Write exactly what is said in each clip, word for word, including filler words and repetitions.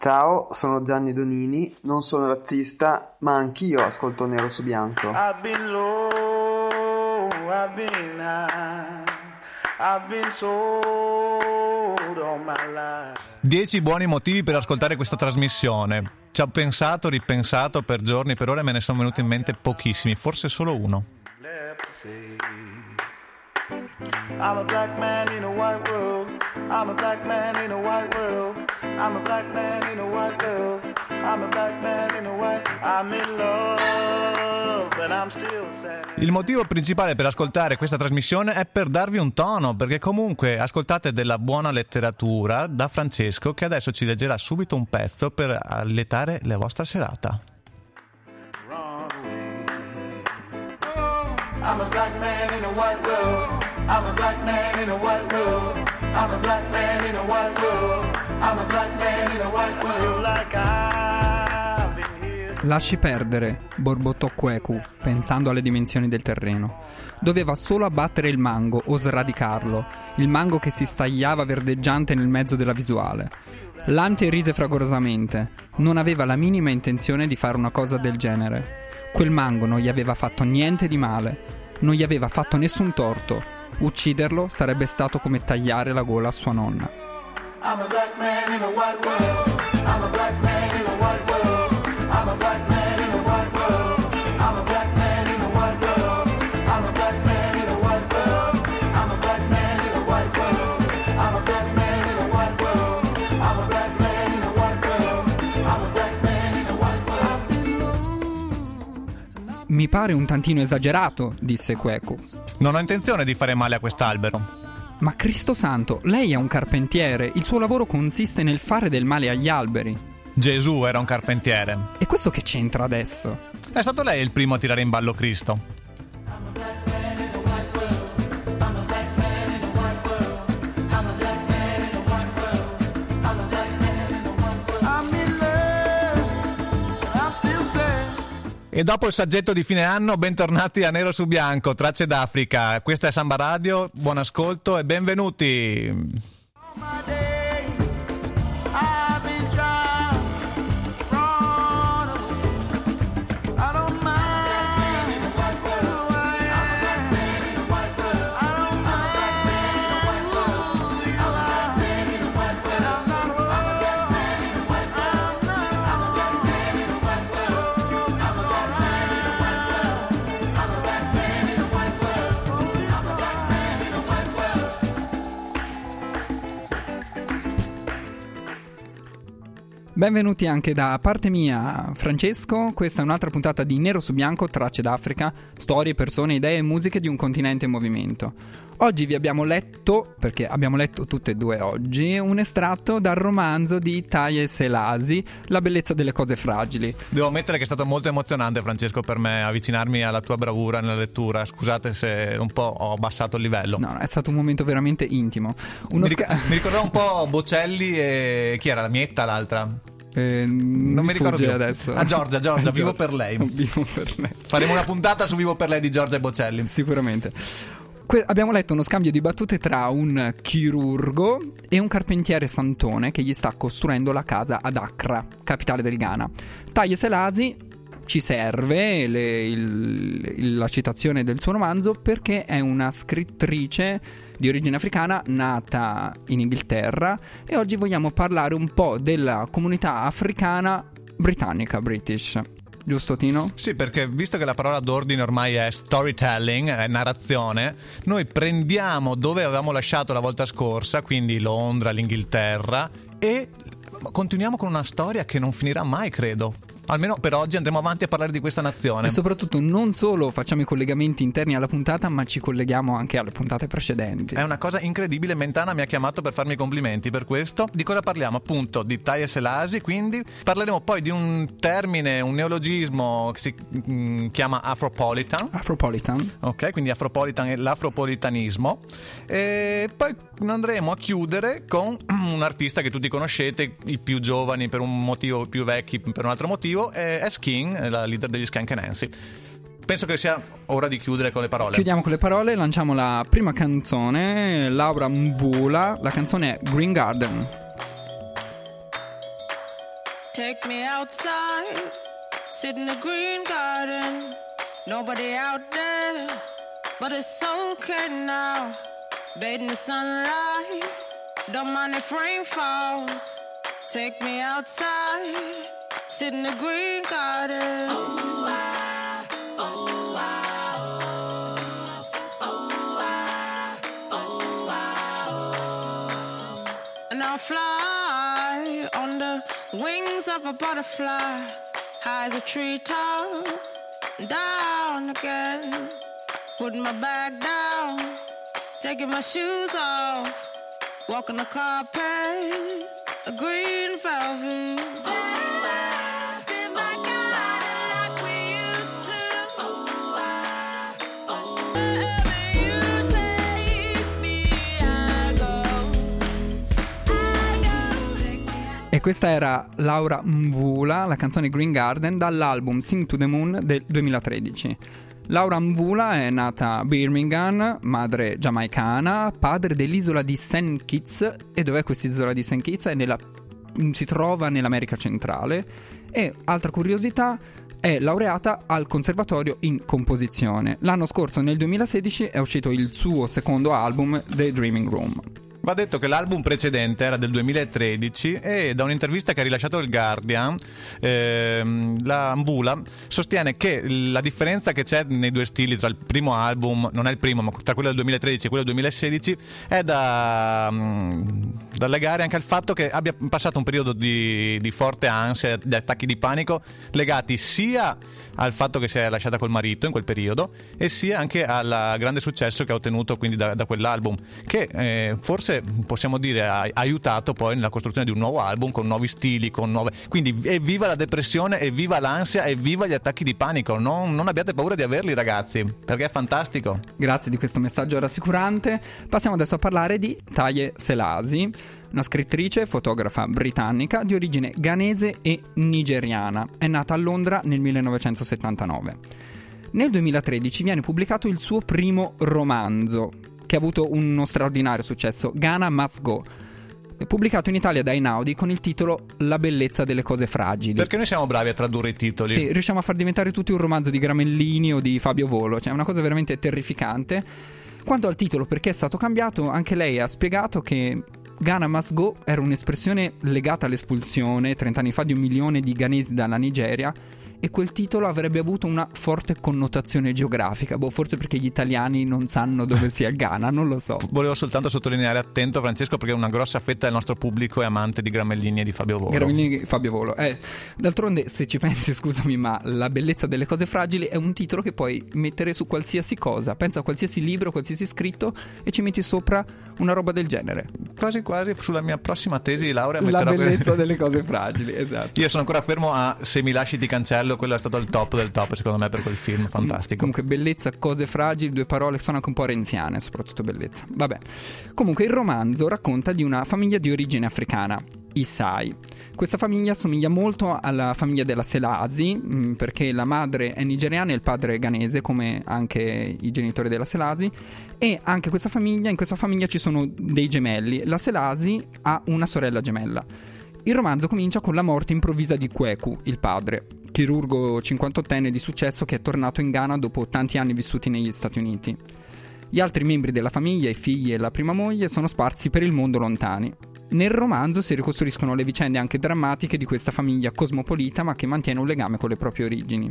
Ciao, sono Gianni Donini, non sono razzista, ma anch'io ascolto Nero su Bianco. I've been low, I've been high, I've been sold all my life. Dieci buoni motivi per ascoltare questa trasmissione. Ci ho pensato, ripensato per giorni, per ore me ne sono venuti in mente pochissimi, forse solo uno. I'm a black man in a white world. I'm a black man in a white world. I'm a black man in a white world. I'm a black man in a white. I'm in love, but I'm still sad. Il motivo principale per ascoltare questa trasmissione è per darvi un tono, perché comunque ascoltate della buona letteratura da Francesco, che adesso ci leggerà subito un pezzo per allietare la vostra serata. I'm a black man in a white world. I'm a black man in a white world. I'm a black man in a white world. I'm a black man in a white world. Like I've been here. Lasci perdere, borbottò Kweku, pensando alle dimensioni del terreno. Doveva solo abbattere il mango o sradicarlo, il mango che si stagliava verdeggiante nel mezzo della visuale. Lante rise fragorosamente. Non aveva la minima intenzione di fare una cosa del genere. Quel mango non gli aveva fatto niente di male, non gli aveva fatto nessun torto. Ucciderlo sarebbe stato come tagliare la gola a sua nonna. I'm a black man in a white world. I'm a black man in a white world. I'm a black man in a white world. I'm a black man in a white world. I'm a black man in a white world. I'm a black man in a white world. I'm a black man in a white world. I'm a black man in a white world. I'm a black man in a white world. Mi pare un tantino esagerato, disse Kweku. Non ho intenzione di fare male a quest'albero. Ma Cristo santo, lei è un carpentiere, il suo lavoro consiste nel fare del male agli alberi. Gesù era un carpentiere. E questo che c'entra adesso? È stato lei il primo a tirare in ballo Cristo. E dopo il saggetto di fine anno, bentornati a Nero su Bianco, Tracce d'Africa. Questa è Samba Radio, buon ascolto e benvenuti. Benvenuti anche da parte mia, Francesco. Questa è un'altra puntata di Nero su Bianco, Tracce d'Africa, storie, persone, idee e musiche di un continente in movimento. Oggi vi abbiamo letto, perché abbiamo letto tutte e due oggi, un estratto dal romanzo di Haile Selassie, La bellezza delle cose fragili. Devo ammettere che è stato molto emozionante, Francesco, per me avvicinarmi alla tua bravura nella lettura. Scusate se un po' ho abbassato il livello. No, è stato un momento veramente intimo. Uno mi, sca- ric- mi ricordava un po' Bocelli e... chi era? La Mietta, l'altra? Eh, non mi ricordo più adesso. Ah, Giorgia, Giorgia, vivo per lei. Vivo per lei. Faremo una puntata su Vivo per lei di Giorgia e Bocelli. Sicuramente. Que- abbiamo letto uno scambio di battute tra un chirurgo e un carpentiere santone che gli sta costruendo la casa ad Accra, capitale del Ghana. Haile Selassie ci serve le, il, il, la citazione del suo romanzo perché è una scrittrice di origine africana nata in Inghilterra e oggi vogliamo parlare un po' della comunità africana britannica, British. Giusto, Tino? Sì, perché visto che la parola d'ordine ormai è storytelling, è narrazione, noi prendiamo dove avevamo lasciato la volta scorsa, quindi Londra, l'Inghilterra, e continuiamo con una storia che non finirà mai, credo. Almeno per oggi andremo avanti a parlare di questa nazione. E soprattutto non solo facciamo i collegamenti interni alla puntata, ma ci colleghiamo anche alle puntate precedenti. È una cosa incredibile. Mentana mi ha chiamato per farmi i complimenti per questo. Di cosa parliamo? Appunto di Haile Selassie. Quindi parleremo poi di un termine, un neologismo che si mh, chiama Afropolitan. Afropolitan. Ok, quindi Afropolitan è l'afropolitanismo. E poi andremo a chiudere con un artista che tutti conoscete, i più giovani per un motivo, i più vecchi per un altro motivo, è Skin, la leader degli Skunk Anansi. Penso che sia ora di chiudere con le parole. Chiudiamo con le parole, lanciamo la prima canzone, Laura Mvula, la canzone è Green Garden. Take me outside, sit in the green garden. Nobody out there, but it's okay now. Bathe in the sunlight, don't mind if rain falls. Take me outside, sit in the green garden. Oh, I, oh, I, oh, oh, I, oh, I, oh. And I'll fly on the wings of a butterfly, high as a treetop, down again. Put my bag down, taking my shoes off, walking the carpet, a green velvet. Oh, I sit my garden like we used to. Oh, I, oh, wherever you take me, I go. I go. Take me out. E questa era Laura Mvula, la canzone Green Garden, dall'album Sing to the Moon del duemilatredici. Laura Mvula è nata a Birmingham, madre giamaicana, padre dell'isola di Saint Kitts. E dov'è quest'isola di Saint Kitts? È nella, si trova nell'America centrale. E altra curiosità, è laureata al conservatorio in composizione. L'anno scorso, nel duemilasedici, è uscito il suo secondo album, The Dreaming Room. Va detto che l'album precedente era del duemilatredici e da un'intervista che ha rilasciato il Guardian, ehm, la Mvula sostiene che la differenza che c'è nei due stili tra il primo album, non è il primo, ma tra quello del duemilatredici e quello del duemilasedici, è da, da legare anche al fatto che abbia passato un periodo di, di forte ansia, di attacchi di panico, legati sia al fatto che si è lasciata col marito in quel periodo e sia anche al grande successo che ha ottenuto quindi da, da quell'album, che eh, forse possiamo dire ha aiutato poi nella costruzione di un nuovo album con nuovi stili, con nuove, quindi evviva la depressione, evviva l'ansia, evviva gli attacchi di panico. Non, non abbiate paura di averli, ragazzi, perché è fantastico. Grazie di questo messaggio rassicurante. Passiamo adesso a parlare di Taye Selasi, una scrittrice e fotografa britannica di origine ghanese e nigeriana. È nata a Londra nel millenovecentosettantanove. Nel duemilatredici viene pubblicato il suo primo romanzo, che ha avuto uno straordinario successo, Ghana Must Go, pubblicato in Italia da Einaudi con il titolo La bellezza delle cose fragili. Perché noi siamo bravi a tradurre i titoli. Sì, riusciamo a far diventare tutti un romanzo di Gramellini o di Fabio Volo, cioè è una cosa veramente terrificante. Quanto al titolo, perché è stato cambiato, anche lei ha spiegato che Ghana Must Go era un'espressione legata all'espulsione trent'anni fa di un milione di ghanesi dalla Nigeria, e quel titolo avrebbe avuto una forte connotazione geografica. Boh, forse perché gli italiani non sanno dove sia il Ghana, non lo so. Volevo soltanto sottolineare, attento Francesco, perché una grossa fetta del nostro pubblico è amante di Gramellini e di Fabio Volo. Gramellini e Fabio Volo. Eh, d'altronde, se ci pensi, scusami, ma La bellezza delle cose fragili è un titolo che puoi mettere su qualsiasi cosa. Pensa a qualsiasi libro, qualsiasi scritto, e ci metti sopra una roba del genere. Quasi quasi sulla mia prossima tesi di laurea La metterò bellezza delle cose fragili, esatto. Io sono ancora fermo a Se mi lasci ti cancello. Quello è stato il top del top secondo me per quel film fantastico. Comunque bellezza, cose fragili, due parole che sono anche un po' renziane, soprattutto bellezza. Vabbè. Comunque il romanzo racconta di una famiglia di origine africana, i Sai. Questa famiglia somiglia molto alla famiglia della Selasi, mh, perché la madre è nigeriana e il padre è ghanese, come anche i genitori della Selasi. E anche questa famiglia, in questa famiglia ci sono dei gemelli. La Selasi ha una sorella gemella. Il romanzo comincia con la morte improvvisa di Kweku, il padre, chirurgo cinquantottenne di successo che è tornato in Ghana dopo tanti anni vissuti negli Stati Uniti. Gli altri membri della famiglia, i figli e la prima moglie, sono sparsi per il mondo lontani. Nel romanzo si ricostruiscono le vicende anche drammatiche di questa famiglia cosmopolita, ma che mantiene un legame con le proprie origini.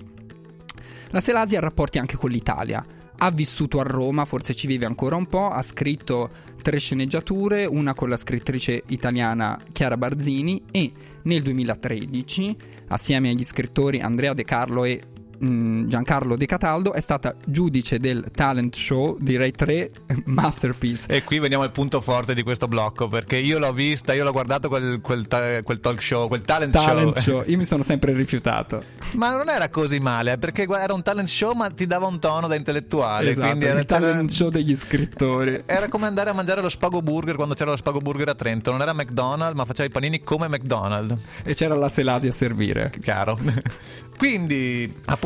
La Selasi ha rapporti anche con l'Italia. Ha vissuto a Roma, forse ci vive ancora un po', ha scritto tre sceneggiature, una con la scrittrice italiana Chiara Barzini, e nel duemilatredici, assieme agli scrittori Andrea De Carlo e mh, Giancarlo De Cataldo, è stata giudice del talent show di Rai tre Masterpiece. E qui veniamo al punto forte di questo blocco, perché io l'ho vista, io l'ho guardato quel, quel, ta- quel talk show, quel talent, talent show. show. Io mi sono sempre rifiutato. Ma non era così male, perché era un talent show ma ti dava un tono da intellettuale. Esatto, quindi era il talent show degli scrittori. Era come andare a mangiare lo Spago Burger quando c'era lo Spago Burger a Trento. Non era McDonald's, ma faceva i panini come McDonald's. E c'era la Selasi a servire. Chiaro. Quindi, appunto,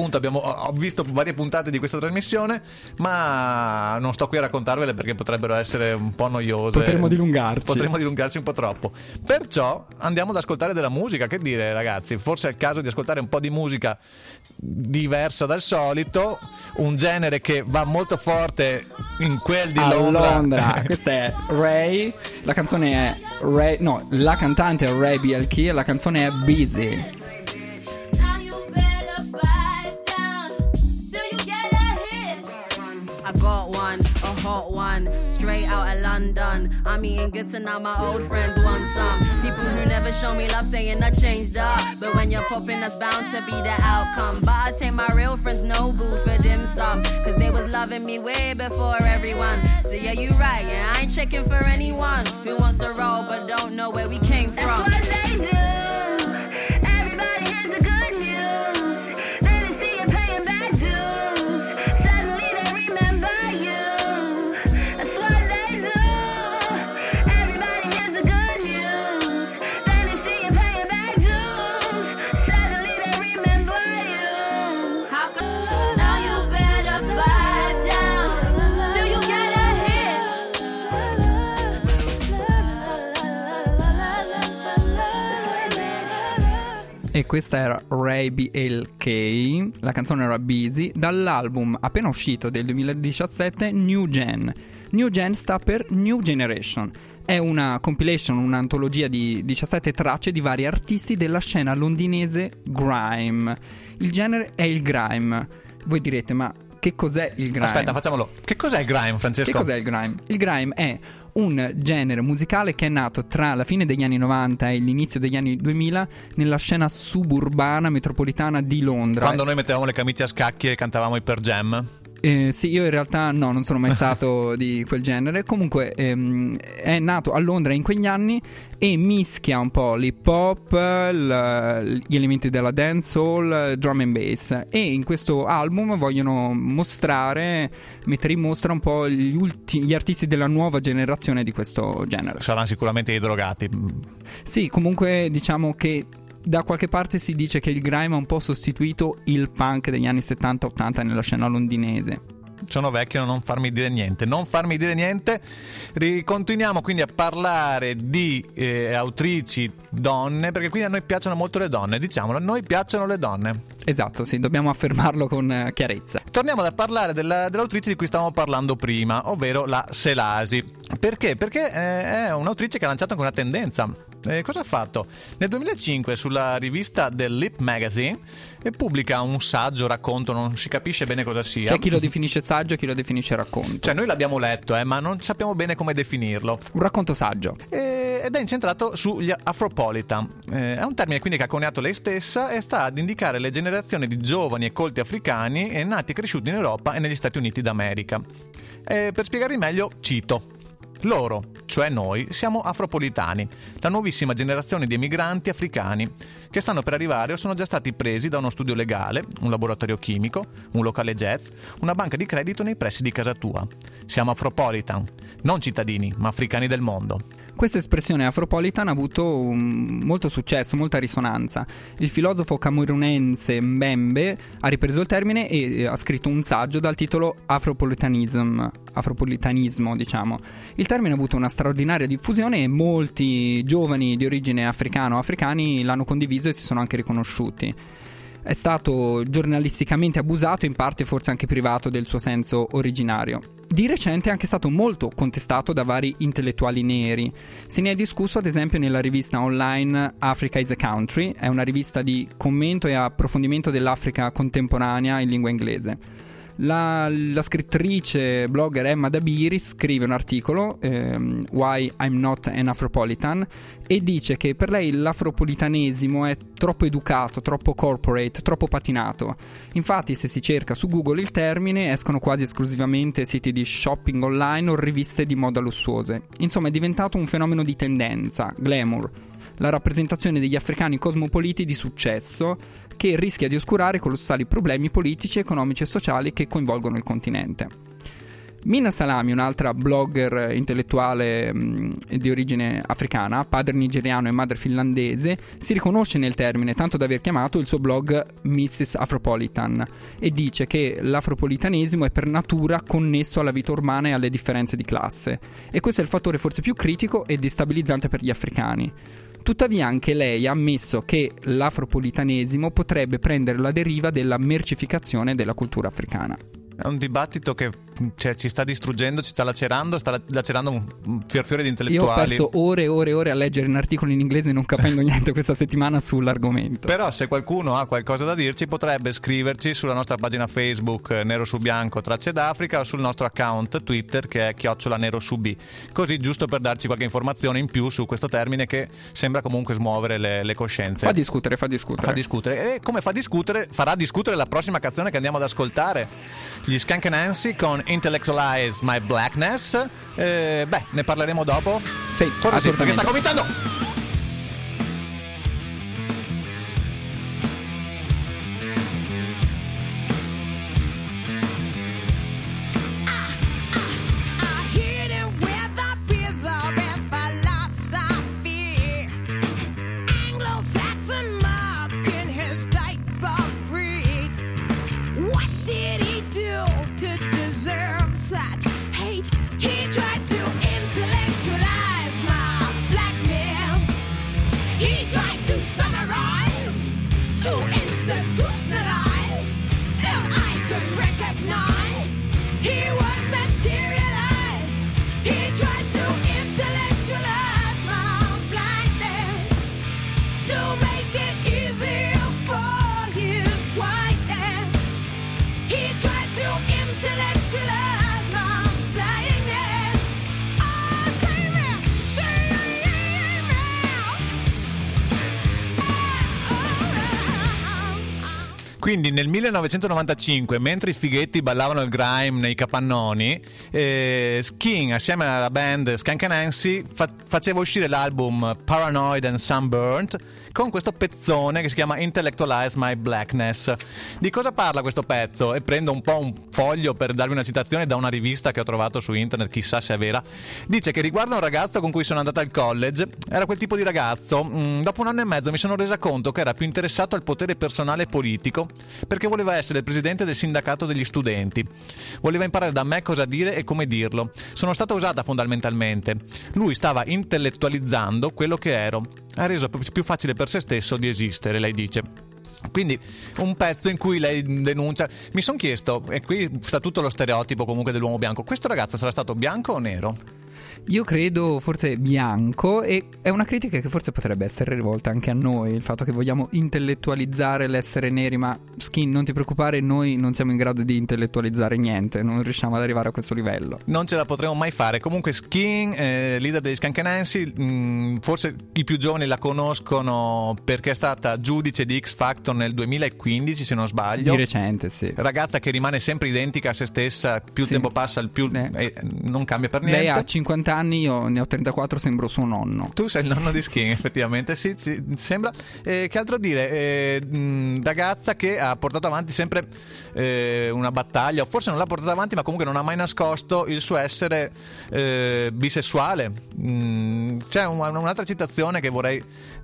appunto abbiamo, ho visto varie puntate di questa trasmissione, ma non sto qui a raccontarvele perché potrebbero essere un po' noiose. Potremmo dilungarci. Potremmo dilungarci un po' troppo. Perciò andiamo ad ascoltare della musica. Che dire, ragazzi? Forse è il caso di ascoltare un po' di musica diversa dal solito, un genere che va molto forte in quel di A Londra. Londra. Questa è Ray, la canzone è Ray, no, la cantante è Ray B L K e la canzone è Busy. Now you better bite down till you get a hit. I got one, a hot one, straight out of London. I'm eating good to now my old friends want some. People who never show me love saying I changed up, but when you're popping that's bound to be the outcome. But I take my real friends Noble for dim sum, cause they was loving me way before everyone. So yeah, you right, yeah, I ain't checking for anyone who wants to roll but don't know where we came from. That's what they do. Everybody hears the good news. Then they see you paying back dues. Suddenly they remember you. That's what they do. Everybody hears the good news. Then they see you paying back dues. Suddenly they remember you. How come now you better bite down till you get a E questa era Ray B L K, la canzone era Busy, dall'album appena uscito del duemiladiciassette New Gen. New Gen sta per New Generation. È una compilation, un'antologia di diciassette tracce di vari artisti della scena londinese grime. Il genere è il grime. Voi direte, ma che cos'è il grime? Aspetta, facciamolo. Che cos'è il grime, Francesco? Che cos'è il grime? Il grime è un genere musicale che è nato tra la fine degli anni novanta e l'inizio degli anni duemila nella scena suburbana metropolitana di Londra. Quando noi mettevamo le camicie a scacchi e cantavamo i Per Jam. Eh, sì, io in realtà no, non sono mai stato di quel genere. Comunque ehm, è nato a Londra in quegli anni e mischia un po' l'hip hop, l- gli elementi della dancehall, drum and bass. E in questo album vogliono mostrare, mettere in mostra un po' gli, ulti- gli artisti della nuova generazione di questo genere. Saranno sicuramente i drogati. Sì, comunque diciamo che da qualche parte si dice che il grime ha un po' sostituito il punk degli anni settanta ottanta nella scena londinese. Sono vecchio, non farmi dire niente. Non farmi dire niente. Continuiamo quindi a parlare di eh, autrici donne, perché qui a noi piacciono molto le donne. Diciamolo, a noi piacciono le donne. Esatto, sì, dobbiamo affermarlo con chiarezza. Torniamo a parlare della, dell'autrice di cui stavamo parlando prima, ovvero la Selasi. Perché? Perché eh, è un'autrice che ha lanciato anche una tendenza. Eh, cosa ha fatto? Nel duemilacinque sulla rivista The Lip Magazine e pubblica un saggio, racconto, non si capisce bene cosa sia. C'è chi lo definisce saggio e chi lo definisce racconto. Cioè noi l'abbiamo letto, eh, ma non sappiamo bene come definirlo. Un racconto saggio. E, ed è incentrato sugli Afropolitan. Eh, è un termine quindi che ha coniato lei stessa e sta ad indicare le generazioni di giovani e colti africani e nati e cresciuti in Europa e negli Stati Uniti d'America. E per spiegarvi meglio, cito: loro, cioè noi, siamo afropolitani, la nuovissima generazione di emigranti africani che stanno per arrivare o sono già stati presi da uno studio legale, un laboratorio chimico, un locale jazz, una banca di credito nei pressi di casa tua. Siamo afropolitan, non cittadini, ma africani del mondo. Questa espressione afropolitan ha avuto um, molto successo, molta risonanza. Il filosofo camerunense Mbembe ha ripreso il termine e eh, ha scritto un saggio dal titolo Afropolitanism, afropolitanismo, diciamo. Il termine ha avuto una straordinaria diffusione e molti giovani di origine africana o africani l'hanno condiviso e si sono anche riconosciuti. È stato giornalisticamente abusato, in parte forse anche privato del suo senso originario. Di recente è anche stato molto contestato da vari intellettuali neri. Se ne è discusso ad esempio nella rivista online Africa is a Country, è una rivista di commento e approfondimento dell'Africa contemporanea in lingua inglese. La, la scrittrice blogger Emma Dabiri scrive un articolo, ehm, Why I'm Not an Afropolitan, e dice che per lei l'afropolitanesimo è troppo educato, troppo corporate, troppo patinato. Infatti se si cerca su Google il termine escono quasi esclusivamente siti di shopping online o riviste di moda lussuose. Insomma è diventato un fenomeno di tendenza, glamour, la rappresentazione degli africani cosmopoliti di successo che rischia di oscurare colossali problemi politici, economici e sociali che coinvolgono il continente. Mina Salami, un'altra blogger intellettuale mh, di origine africana, padre nigeriano e madre finlandese, si riconosce nel termine, tanto da aver chiamato il suo blog missus Afropolitan, e dice che l'afropolitanesimo è per natura connesso alla vita urbana e alle differenze di classe, e questo è il fattore forse più critico e destabilizzante per gli africani. Tuttavia anche lei ha ammesso che l'afropolitanesimo potrebbe prendere la deriva della mercificazione della cultura africana. È un dibattito che cioè, ci sta distruggendo, ci sta lacerando, sta lacerando un, un fior fiore di intellettuali. Io ho perso ore e ore e ore a leggere un articolo in inglese non capendo niente questa settimana sull'argomento. Però se qualcuno ha qualcosa da dirci potrebbe scriverci sulla nostra pagina Facebook Nero su Bianco Tracce d'Africa o sul nostro account Twitter che è chiocciola Nero su B. Così giusto per darci qualche informazione in più su questo termine che sembra comunque smuovere le, le coscienze. Fa discutere, fa discutere. Fa discutere. E come fa discutere, farà discutere la prossima canzone che andiamo ad ascoltare. Gli Skank Nancy con Intellectualize My Blackness. eh, Beh, ne parleremo dopo. Sì, Forse sì, perché assolutamente. sta cominciando. I hit it with a piece of his philosophy. Anglo-Saxon monk in his diaper breed. What did he do to deserve such hate? He tried to intellectualize my blackness. He tried to summarize, to institutionalize. Still I could recognize he was materialized. He tried to intellectualize my blackness, to make it easier for his whiteness. He tried to intellectualize my blackness. Oh, say me, say me. Quindi nel millenovecentonovantacinque, mentre i fighetti ballavano il grime nei capannoni, eh, Skin assieme alla band Skank Nancy fa- faceva uscire l'album Paranoid and Sunburnt con questo pezzone che si chiama Intellectualize My Blackness. Di cosa parla questo pezzo? E prendo un po' un foglio per darvi una citazione da una rivista che ho trovato su internet, chissà se è vera. Dice che riguarda un ragazzo con cui sono andata al college. Era quel tipo di ragazzo. Mm, dopo un anno e mezzo mi sono resa conto che era più interessato al potere personale e politico, perché voleva essere il presidente del sindacato degli studenti. Voleva imparare da me cosa dire e come dirlo. Sono stata usata fondamentalmente. Lui stava intellettualizzando quello che ero. Ha reso più facile per se stesso di esistere, lei dice. Quindi un pezzo in cui lei denuncia. Mi sono chiesto, e qui sta tutto lo stereotipo comunque dell'uomo bianco, questo ragazzo sarà stato bianco o nero? Io credo forse bianco, e è una critica che forse potrebbe essere rivolta anche a noi, il fatto che vogliamo intellettualizzare l'essere neri, ma Skin, non ti preoccupare, noi non siamo in grado di intellettualizzare niente, non riusciamo ad arrivare a questo livello. Non ce la potremo mai fare. Comunque Skin, eh, leader degli Skank Nancy, mh, forse i più giovani la conoscono perché è stata giudice di X Factor nel duemilaquindici, se non sbaglio. Di recente, sì. Ragazza che rimane sempre identica a se stessa, più Sì. tempo passa, più Eh. eh, non cambia per niente. Lei ha cinquanta anni, io ne ho trentaquattro, sembro suo nonno. Tu sei il nonno di Skin, effettivamente, sì, sì, sembra. Eh, che altro dire? Eh, mh, ragazza che ha portato avanti sempre eh, una battaglia, o forse non l'ha portata avanti, ma comunque non ha mai nascosto il suo essere eh, bisessuale. Mm, c'è un, un'altra citazione che vorrei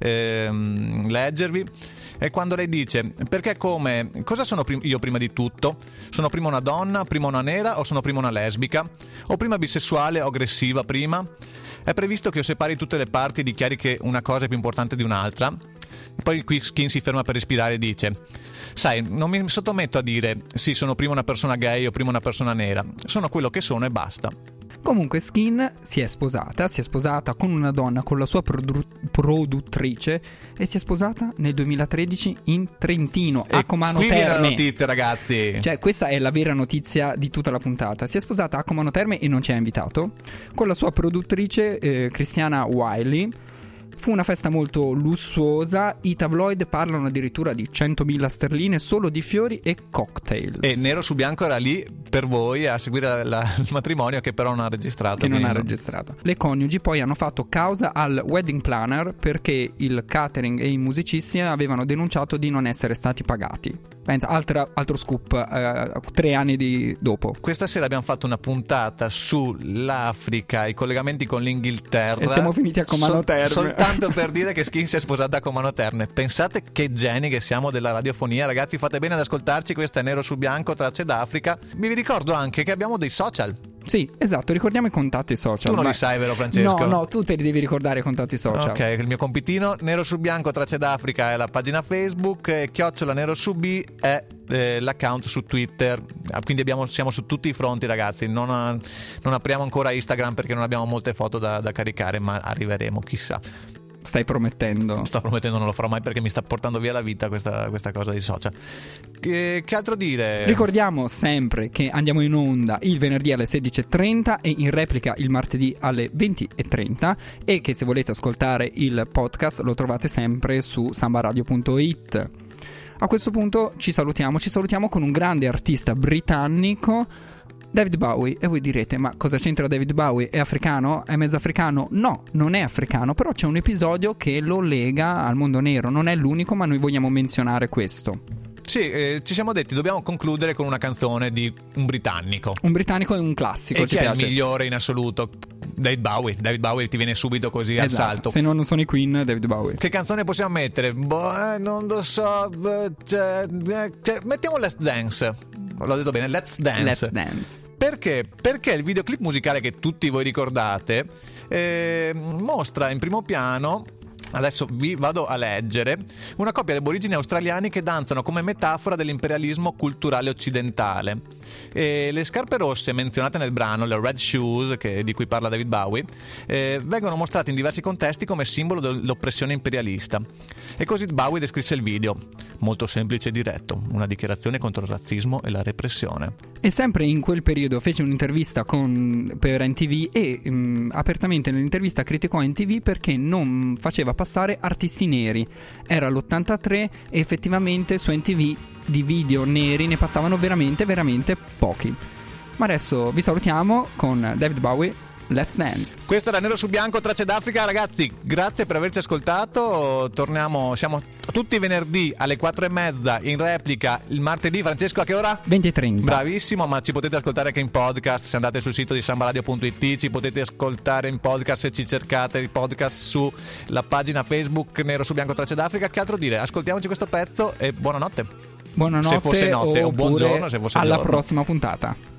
ehm, leggervi. È quando lei dice: perché come, cosa sono prim- io prima di tutto? Sono prima una donna, prima una nera o sono prima una lesbica? O prima bisessuale o aggressiva prima? È previsto che io separi tutte le parti e dichiari che una cosa è più importante di un'altra? Poi qui Skin si ferma per respirare e dice: sai, non mi sottometto a dire sì, sono prima una persona gay o prima una persona nera. Sono quello che sono e basta. Comunque Skin si è sposata, si è sposata con una donna, con la sua produ- produttrice, e si è sposata nel duemilatredici in Trentino, a Comano qui viene la Terme. notizia, ragazzi. Cioè, questa è la vera notizia di tutta la puntata. Si è sposata a Comano Terme e non ci ha invitato, con la sua produttrice eh, Christiana Wiley. Fu una festa molto lussuosa, i tabloid parlano addirittura di centomila sterline solo di fiori e cocktails. E Nero su Bianco era lì per voi a seguire la, la, il matrimonio, che però non ha registrato. Che non ha quindi registrato. Le coniugi poi hanno fatto causa al wedding planner perché il catering e i musicisti avevano denunciato di non essere stati pagati. Pensa, altra, altro scoop eh, tre anni di, dopo. Questa sera abbiamo fatto una puntata sull'Africa, i collegamenti con l'Inghilterra. E siamo finiti a Comano Sol- Terme. Soltanto per dire che Skin si è sposata a Comano Terme. Pensate che geni che siamo della radiofonia, ragazzi, fate bene ad ascoltarci. Questa è Nero su Bianco, Tracce d'Africa. Vi ricordo anche che abbiamo dei social. Sì, esatto, ricordiamo i contatti social. Tu non ma... li sai, vero Francesco? No, no, tu te li devi ricordare i contatti social. Ok, il mio compitino Nero su Bianco Tracce d'Africa è la pagina Facebook, e chiocciola Nero su B è eh, l'account su Twitter. Quindi abbiamo, siamo su tutti i fronti, ragazzi. Non, ha, non apriamo ancora Instagram perché non abbiamo molte foto da, da caricare, ma arriveremo, chissà. Stai promettendo? Non sto promettendo, non lo farò mai perché mi sta portando via la vita questa, questa cosa di social. Che, che altro dire? Ricordiamo sempre che andiamo in onda il venerdì alle sedici e trenta e in replica il martedì alle venti e trenta, e che se volete ascoltare il podcast lo trovate sempre su sambaradio punto it. A questo punto ci salutiamo, ci salutiamo con un grande artista britannico, David Bowie. E voi direte, ma cosa c'entra David Bowie? È africano? È mezzo africano? No, non è africano, però c'è un episodio che lo lega al mondo nero. Non è l'unico, ma noi vogliamo menzionare questo. Sì, eh, ci siamo detti, dobbiamo concludere con una canzone di un britannico. Un britannico è un classico, E ci chi piace. è il migliore in assoluto? David Bowie. David Bowie ti viene subito così al Esatto. salto. Se no non sono i Queen, David Bowie. Che canzone possiamo mettere? Boh, eh, non lo so. eh, cioè, eh, cioè, mettiamo Let's Dance. L'ho detto bene, Let's Dance. Let's Dance. Perché? Perché il videoclip musicale che tutti voi ricordate eh, mostra in primo piano, adesso vi vado a leggere, una coppia di aborigeni australiani che danzano come metafora dell'imperialismo culturale occidentale. E le scarpe rosse menzionate nel brano, le red shoes, che, di cui parla David Bowie, eh, vengono mostrate in diversi contesti come simbolo dell'oppressione imperialista. E così Bowie descrisse il video: molto semplice e diretto, una dichiarazione contro il razzismo e la repressione. E sempre in quel periodo fece un'intervista con, per N T V e mh, apertamente nell'intervista criticò N T V perché non faceva passare artisti neri. Era l'ottantatré e effettivamente su N T V di video neri ne passavano veramente veramente pochi. Ma adesso vi salutiamo con David Bowie, Let's Dance. Questo era Nero su Bianco, Tracce d'Africa. Ragazzi, grazie per averci ascoltato. Torniamo, siamo tutti i venerdì alle quattro e mezza, in replica il martedì. Francesco, a che ora? venti e trenta. Bravissimo, ma ci potete ascoltare anche in podcast. Se andate sul sito di sambaradio punto it ci potete ascoltare in podcast, se ci cercate il podcast sulla pagina Facebook Nero su Bianco Tracce d'Africa. Che altro dire? Ascoltiamoci questo pezzo e buonanotte. Buonanotte, Se fosse notte, o oppure buongiorno se fosse alla giorno. prossima puntata.